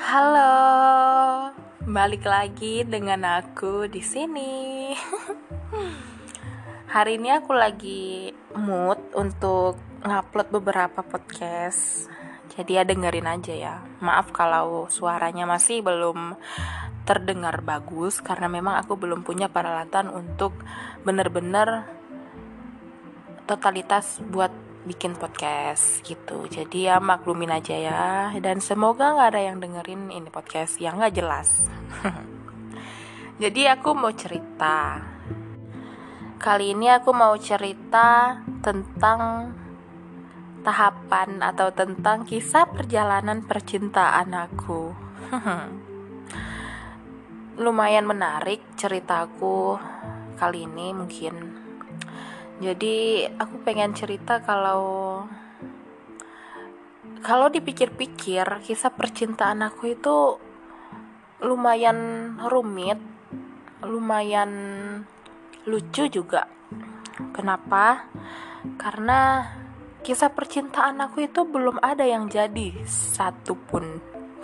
Halo, balik lagi dengan aku di sini. Hari ini aku lagi mood untuk ngupload beberapa podcast. Jadi ya dengerin aja ya. Maaf kalau suaranya masih belum terdengar bagus karena memang aku belum punya peralatan untuk bener-bener totalitas buat bikin podcast gitu. Jadi ya maklumin aja ya. Dan semoga gak ada yang dengerin ini podcast yang gak jelas. Jadi aku mau cerita. Kali ini aku mau cerita tentang tahapan atau tentang kisah perjalanan percintaan aku. Lumayan menarik ceritaku kali ini mungkin. Jadi aku pengen cerita kalau dipikir-pikir kisah percintaan aku itu lumayan rumit, lumayan lucu juga. Kenapa? Karena kisah percintaan aku itu belum ada yang jadi satupun.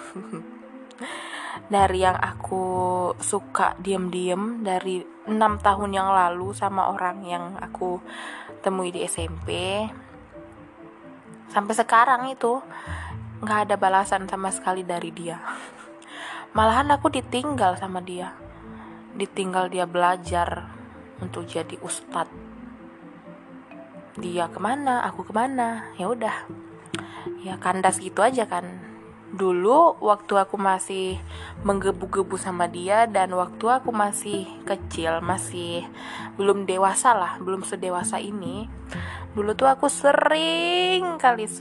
Dari yang aku suka diam-diam dari 6 tahun yang lalu sama orang yang aku temui di SMP, sampai sekarang itu gak ada balasan sama sekali dari dia. Malahan aku ditinggal sama dia. Ditinggal dia belajar untuk jadi ustadz. Dia kemana, aku kemana. Ya udah, ya kandas gitu aja kan. Dulu waktu aku masih menggebu-gebu sama dia dan waktu aku masih kecil, masih belum dewasa lah, belum sedewasa ini. Dulu tuh aku sering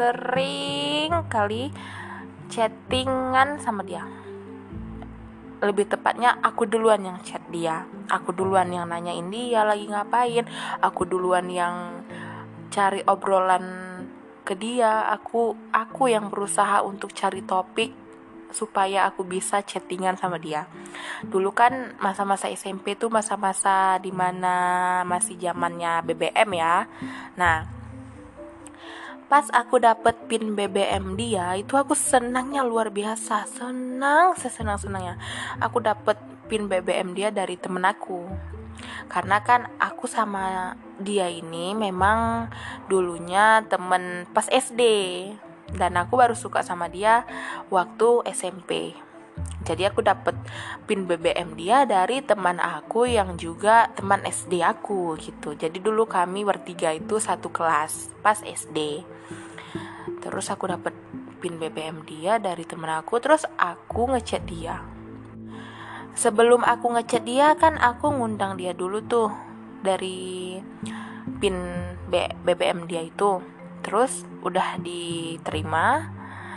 kali chattingan sama dia. Lebih tepatnya aku duluan yang chat dia, aku duluan yang nanyain dia lagi ngapain, aku duluan yang cari obrolan ke dia, aku yang berusaha untuk cari topik supaya aku bisa chattingan sama dia. Dulu kan masa-masa SMP tuh masa-masa dimana masih zamannya BBM ya. Nah, pas aku dapet pin BBM dia, itu aku senangnya luar biasa, sesenang-senangnya. Aku dapet pin BBM dia dari temen aku. Karena kan aku sama dia ini memang dulunya temen pas SD, dan aku baru suka sama dia waktu SMP. Jadi aku dapet pin BBM dia dari teman aku yang juga teman SD aku gitu. Jadi dulu kami bertiga itu satu kelas pas SD. Terus aku dapet pin BBM dia dari teman aku, terus aku ngechat dia. Sebelum aku ngechat dia kan aku ngundang dia dulu tuh dari pin BBM dia itu. Terus udah diterima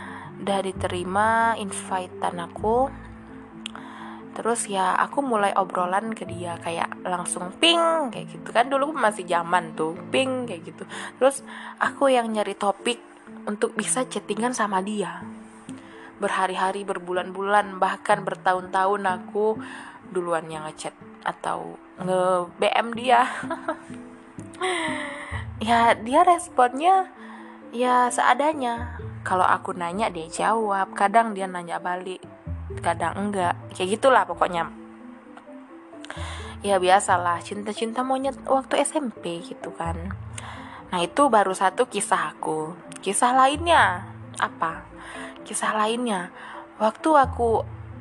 invite-an aku. Terus ya aku mulai obrolan ke dia kayak langsung ping kayak gitu kan, dulu masih zaman tuh ping kayak gitu. Terus aku yang nyari topik untuk bisa chattingan sama dia. Berhari-hari, berbulan-bulan, bahkan bertahun-tahun aku duluan yang ngechat atau nge-BM dia. Ya dia responnya ya seadanya. Kalau aku nanya dia jawab, kadang dia nanya balik, kadang enggak, kayak gitulah pokoknya. Ya biasalah cinta-cinta monyet waktu SMP gitu kan. Nah itu baru satu kisah aku. Kisah lainnya apa? Kisah lainnya waktu aku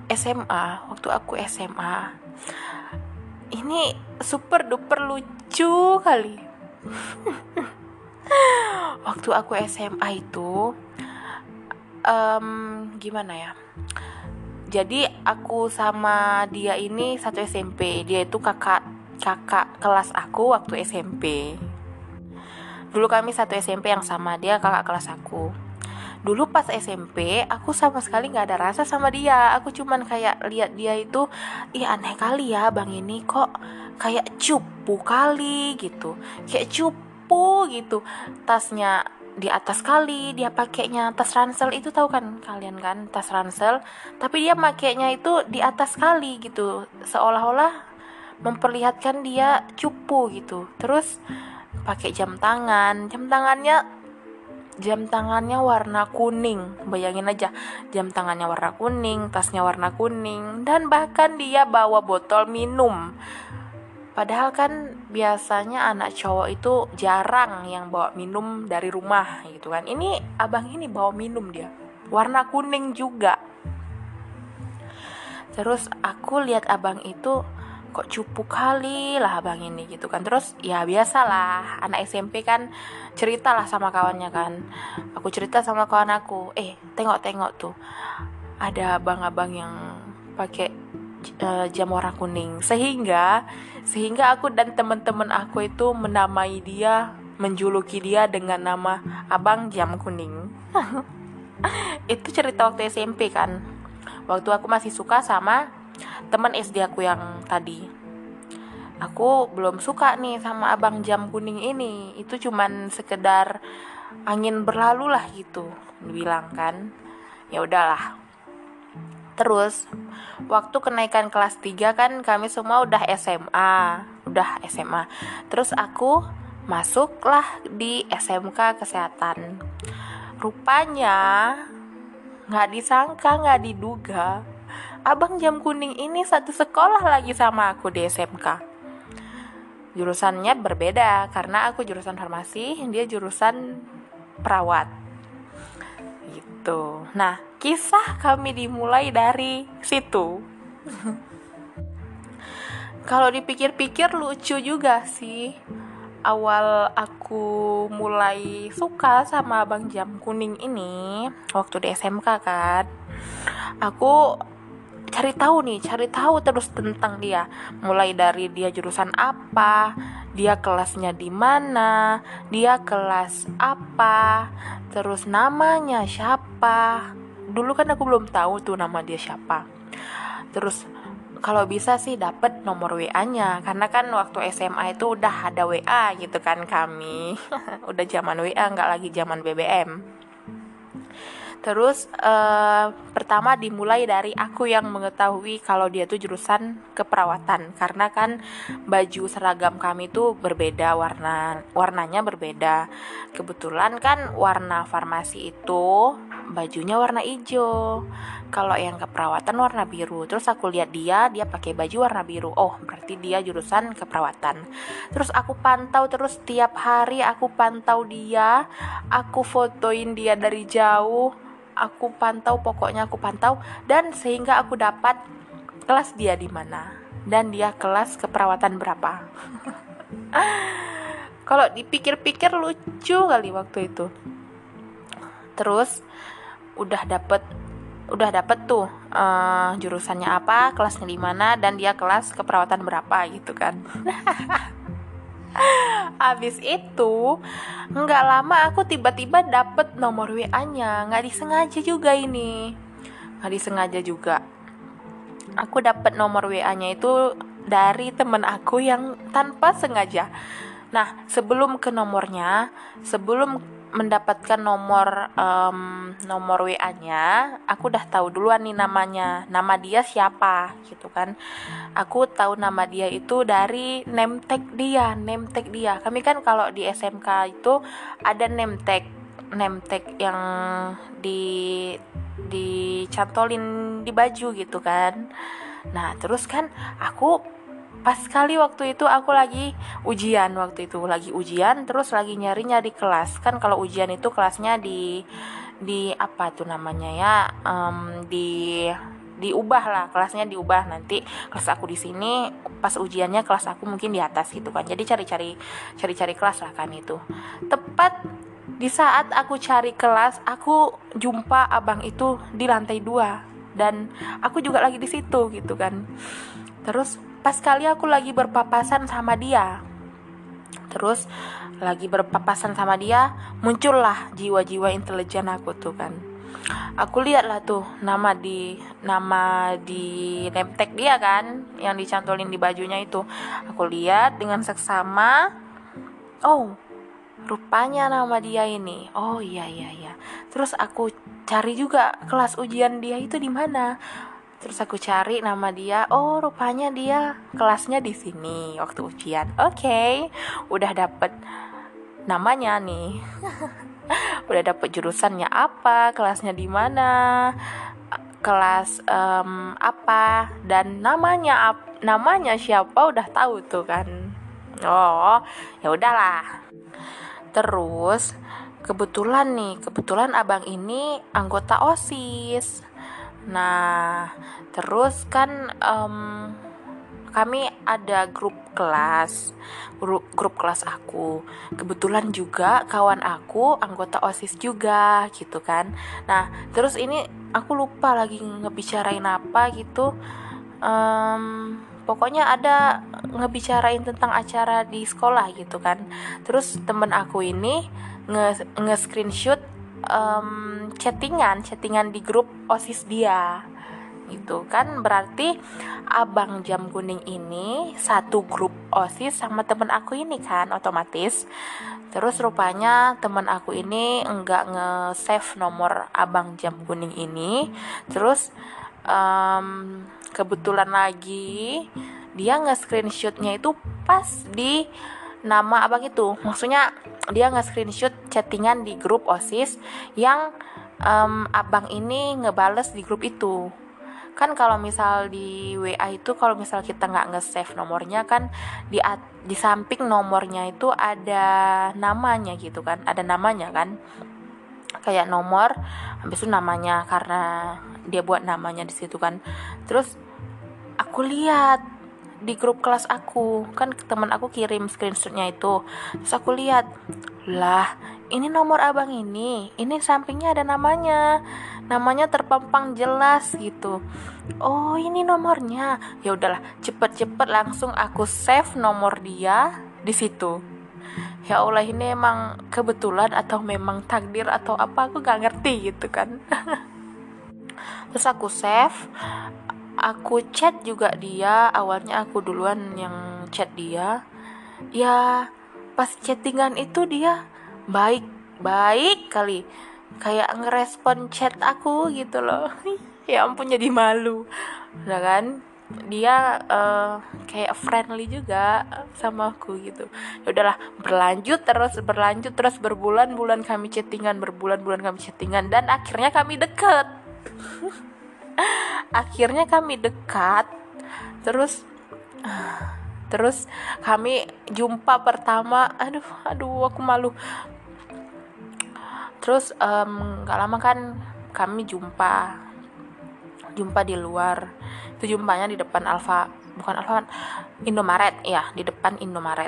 SMA ini super duper lucu kali. Waktu aku SMA itu gimana ya, jadi aku sama dia ini satu SMP. Dia itu kakak kelas aku waktu SMP. Dulu kami satu SMP yang sama, dia kakak kelas aku. Dulu pas SMP aku sama sekali gak ada rasa sama dia. Aku cuman kayak lihat dia itu, ih aneh kali ya bang ini, kok kayak cupu kali gitu, kayak cupu gitu. Tasnya di atas kali, dia pakainya tas ransel itu, tahu kan kalian kan tas ransel, tapi dia pakainya itu di atas kali gitu, seolah-olah memperlihatkan dia cupu gitu. Terus pakai jam tangannya Jam tangannya warna kuning. Bayangin aja, jam tangannya warna kuning, tasnya warna kuning, dan bahkan dia bawa botol minum. Padahal kan biasanya anak cowok itu jarang yang bawa minum dari rumah gitu kan. Ini abang ini bawa minum dia, warna kuning juga. Terus aku lihat abang itu, kok cupu kali lah abang ini gitu kan. Terus ya biasalah, anak SMP kan ceritalah sama kawannya kan. Aku cerita sama kawan aku, tengok tuh, ada abang-abang yang pakai jam warna kuning. Sehingga aku dan teman-teman aku itu menamai dia, menjuluki dia dengan nama Abang Jam Kuning. Itu cerita waktu SMP kan. Waktu aku masih suka sama teman SD aku yang tadi. Aku belum suka nih sama Abang Jam Kuning ini. Itu cuman sekedar angin berlalu lah gitu, dibilang kan. Ya udahlah. Terus waktu kenaikan kelas 3 kan kami semua udah SMA. Terus aku masuklah di SMK Kesehatan. Rupanya gak disangka, gak diduga, Abang Jam Kuning ini satu sekolah lagi sama aku di SMK. Jurusannya berbeda, karena aku jurusan farmasi, dia jurusan perawat gitu. Nah, kisah kami dimulai dari situ. Kalau dipikir-pikir lucu juga sih. Awal aku mulai suka sama Abang Jam Kuning ini waktu di SMK kan. Aku cari tahu terus tentang dia. Mulai dari dia jurusan apa, dia kelasnya di mana, dia kelas apa, terus namanya siapa. Dulu kan aku belum tahu tuh nama dia siapa. Terus kalau bisa sih dapat nomor WA-nya, karena kan waktu SMA itu udah ada WA gitu kan kami. Udah zaman WA, nggak lagi zaman BBM. Terus pertama dimulai dari aku yang mengetahui kalau dia tuh jurusan keperawatan, karena kan baju seragam kami tuh berbeda, warnanya berbeda. Kebetulan kan warna farmasi itu bajunya warna hijau, kalau yang keperawatan warna biru. Terus aku lihat dia pakai baju warna biru. Oh, berarti dia jurusan keperawatan. Terus aku pantau terus, tiap hari aku pantau dia, aku fotoin dia dari jauh. Aku pantau dan sehingga aku dapat kelas dia di mana dan dia kelas keperawatan berapa. Kalau dipikir-pikir lucu kali waktu itu. Terus udah dapet tuh jurusannya apa, kelasnya di mana, dan dia kelas keperawatan berapa gitu kan. Abis itu nggak lama aku tiba-tiba dapet nomor WA-nya. Nggak disengaja juga. Aku dapet nomor WA-nya itu dari temen aku yang tanpa sengaja. Nah, sebelum mendapatkan nomor WA-nya, aku udah tahu duluan nih namanya, nama dia siapa gitu kan. Aku tahu nama dia itu dari name tag dia. Kami kan kalau di SMK itu ada name tag yang dicantolin di baju gitu kan. Nah, terus kan aku pas kali waktu itu aku lagi ujian, terus lagi nyari kelas. Kan kalau ujian itu kelasnya di apa tuh namanya ya, diubah lah, kelasnya diubah. Nanti kelas aku di sini, pas ujiannya kelas aku mungkin di atas gitu kan. Jadi cari kelas lah kan itu. Tepat di saat aku cari kelas, aku jumpa abang itu di lantai 2 dan aku juga lagi di situ gitu kan. Terus pas kali aku lagi berpapasan sama dia, muncullah jiwa-jiwa intelijen aku tuh kan. Aku lihat lah tuh nama di name tag dia kan, yang dicantolin di bajunya itu. Aku lihat dengan seksama, oh rupanya nama dia ini. Oh iya. Terus aku cari juga kelas ujian dia itu di mana. Terus aku cari nama dia. Oh, rupanya dia kelasnya di sini waktu ujian. Oke, udah dapet namanya nih. udah dapet jurusannya apa, kelasnya di mana, kelas apa, dan namanya siapa udah tahu tuh kan. Oh, ya udahlah. Terus kebetulan abang ini anggota OSIS. Nah, terus kan kami ada grup kelas aku. Kebetulan juga kawan aku anggota OSIS juga gitu kan. Nah, terus ini aku lupa lagi ngebicarain apa gitu. Pokoknya ada ngebicarain tentang acara di sekolah gitu kan. Terus temen aku ini nge-screenshot chattingan di grup OSIS dia gitu kan. Berarti abang jam kuning ini satu grup OSIS sama temen aku ini kan, otomatis. Terus rupanya temen aku ini enggak nge-save nomor abang jam kuning ini. Terus kebetulan lagi dia nge-screenshotnya itu pas di nama abang itu. Maksudnya dia nge-screenshot chattingan di grup OSIS yang abang ini ngebales di grup itu. Kan kalau misal di WA itu, kalau misal kita nggak nge-save nomornya kan, di samping nomornya itu ada namanya gitu kan, ada namanya kan, kayak nomor habis itu namanya, karena dia buat namanya di situ kan. Terus aku lihat di grup kelas aku kan, teman aku kirim screenshotnya itu. Terus aku lihat, lah ini nomor abang ini sampingnya ada namanya terpampang jelas gitu. Oh, ini nomornya. Ya udahlah, cepet langsung aku save nomor dia di situ. Ya Allah, ini emang kebetulan atau memang takdir atau apa, aku gak ngerti gitu kan. Terus aku save, aku chat juga dia. Awalnya aku duluan yang chat dia. Ya pas chattingan itu dia baik kali, kayak ngerespon chat aku gitu loh. Ya ampun, jadi malu udah kan. Dia kayak friendly juga sama aku gitu. Ya udahlah, berlanjut terus berbulan-bulan kami chattingan, dan akhirnya kami dekat. Terus kami jumpa pertama, aduh aku malu. Terus gak lama kan kami jumpa di luar. Itu jumpanya di depan Indomaret, ya, di depan Indomaret.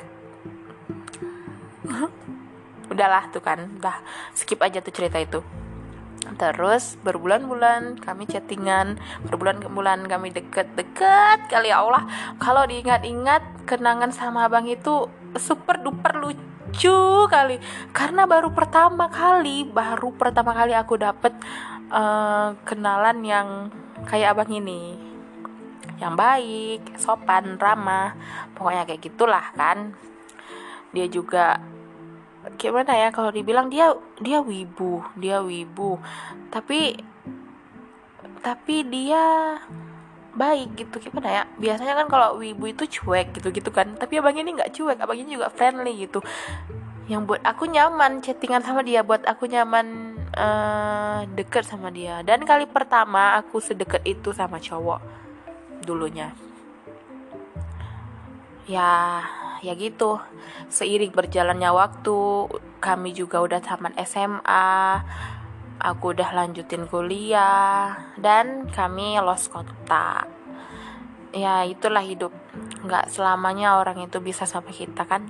Udahlah tuh kan, udah skip aja tuh cerita itu. Terus berbulan-bulan kami chattingan, berbulan-bulan kami deket kali. Ya Allah, kalau diingat-ingat kenangan sama abang itu super duper lucu kali. Karena baru pertama kali aku dapet kenalan yang kayak abang ini, yang baik, sopan, ramah, pokoknya kayak gitulah kan. Dia juga gimana ya, kalau dibilang dia wibu, tapi dia baik gitu. Gimana ya, biasanya kan kalau wibu itu cuek gitu kan, tapi abang ini nggak cuek, abang ini juga friendly gitu, yang buat aku nyaman chattingan sama dia, buat aku nyaman deket sama dia. Dan kali pertama aku sedekat itu sama cowok dulunya. Ya gitu, seiring berjalannya waktu, kami juga udah tamat SMA, aku udah lanjutin kuliah, dan kami lost kontak. Ya itulah hidup, gak selamanya orang itu bisa sampai kita kan.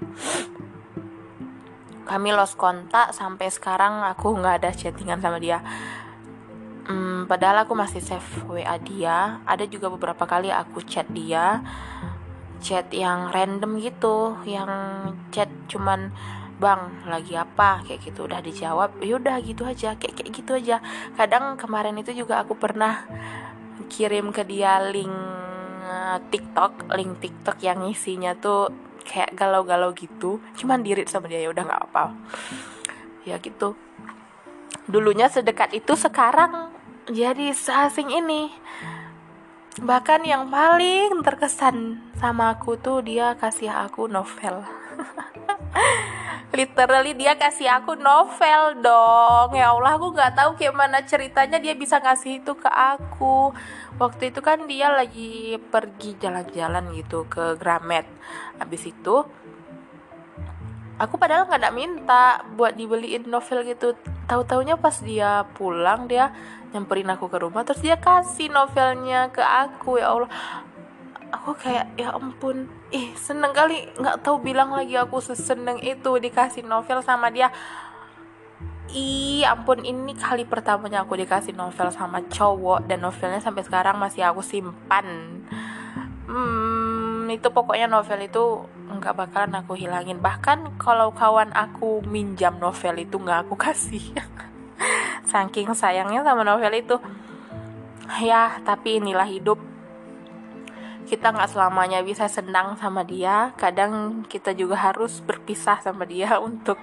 Kami lost kontak, sampai sekarang aku gak ada chattingan sama dia. Padahal aku masih save WA dia. Ada juga beberapa kali aku chat dia, chat yang random gitu, yang chat cuman bang lagi apa kayak gitu, udah dijawab, yaudah gitu aja, kayak gitu aja. Kadang kemarin itu juga aku pernah kirim ke dia link TikTok yang isinya tuh kayak galau-galau gitu, cuman di-read sama dia, ya udah nggak apa, ya gitu. Dulunya sedekat itu, sekarang jadi seasing ini. Bahkan yang paling terkesan sama aku tuh dia kasih aku novel. Literally dia kasih aku novel dong. Ya Allah, aku nggak tahu gimana ceritanya dia bisa ngasih itu ke aku. Waktu itu kan dia lagi pergi jalan-jalan gitu ke Gramet. Habis itu aku padahal nggak ada minta buat dibeliin novel gitu. Tahu-taunya pas dia pulang dia nyamperin aku ke rumah, terus dia kasih novelnya ke aku. Ya Allah, aku kayak ya ampun, seneng kali, nggak tahu bilang lagi aku seseneng itu dikasih novel sama dia. Ampun, ini kali pertamanya aku dikasih novel sama cowok, dan novelnya sampai sekarang masih aku simpan. Itu pokoknya novel itu nggak bakalan aku hilangin. Bahkan kalau kawan aku minjam novel itu nggak aku kasih. Saking sayangnya sama novel itu. Ya, tapi inilah hidup. Kita nggak selamanya bisa senang sama dia. Kadang kita juga harus berpisah sama dia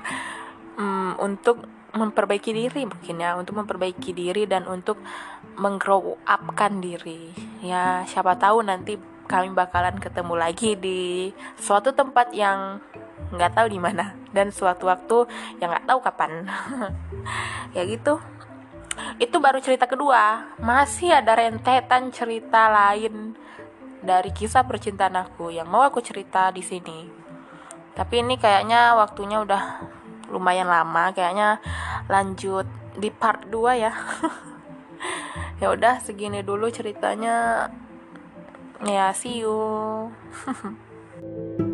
untuk memperbaiki diri mungkin ya, untuk memperbaiki diri dan untuk menggrow upkan diri. Ya, siapa tahu nanti kami bakalan ketemu lagi di suatu tempat yang nggak tahu di mana dan suatu waktu yang nggak tahu kapan. Ya gitu. Itu baru cerita kedua. Masih ada rentetan cerita lain dari kisah percintaan aku yang mau aku cerita di sini. Tapi ini kayaknya waktunya udah lumayan lama, kayaknya lanjut di part 2 ya. Ya udah, segini dulu ceritanya. Ya, see you.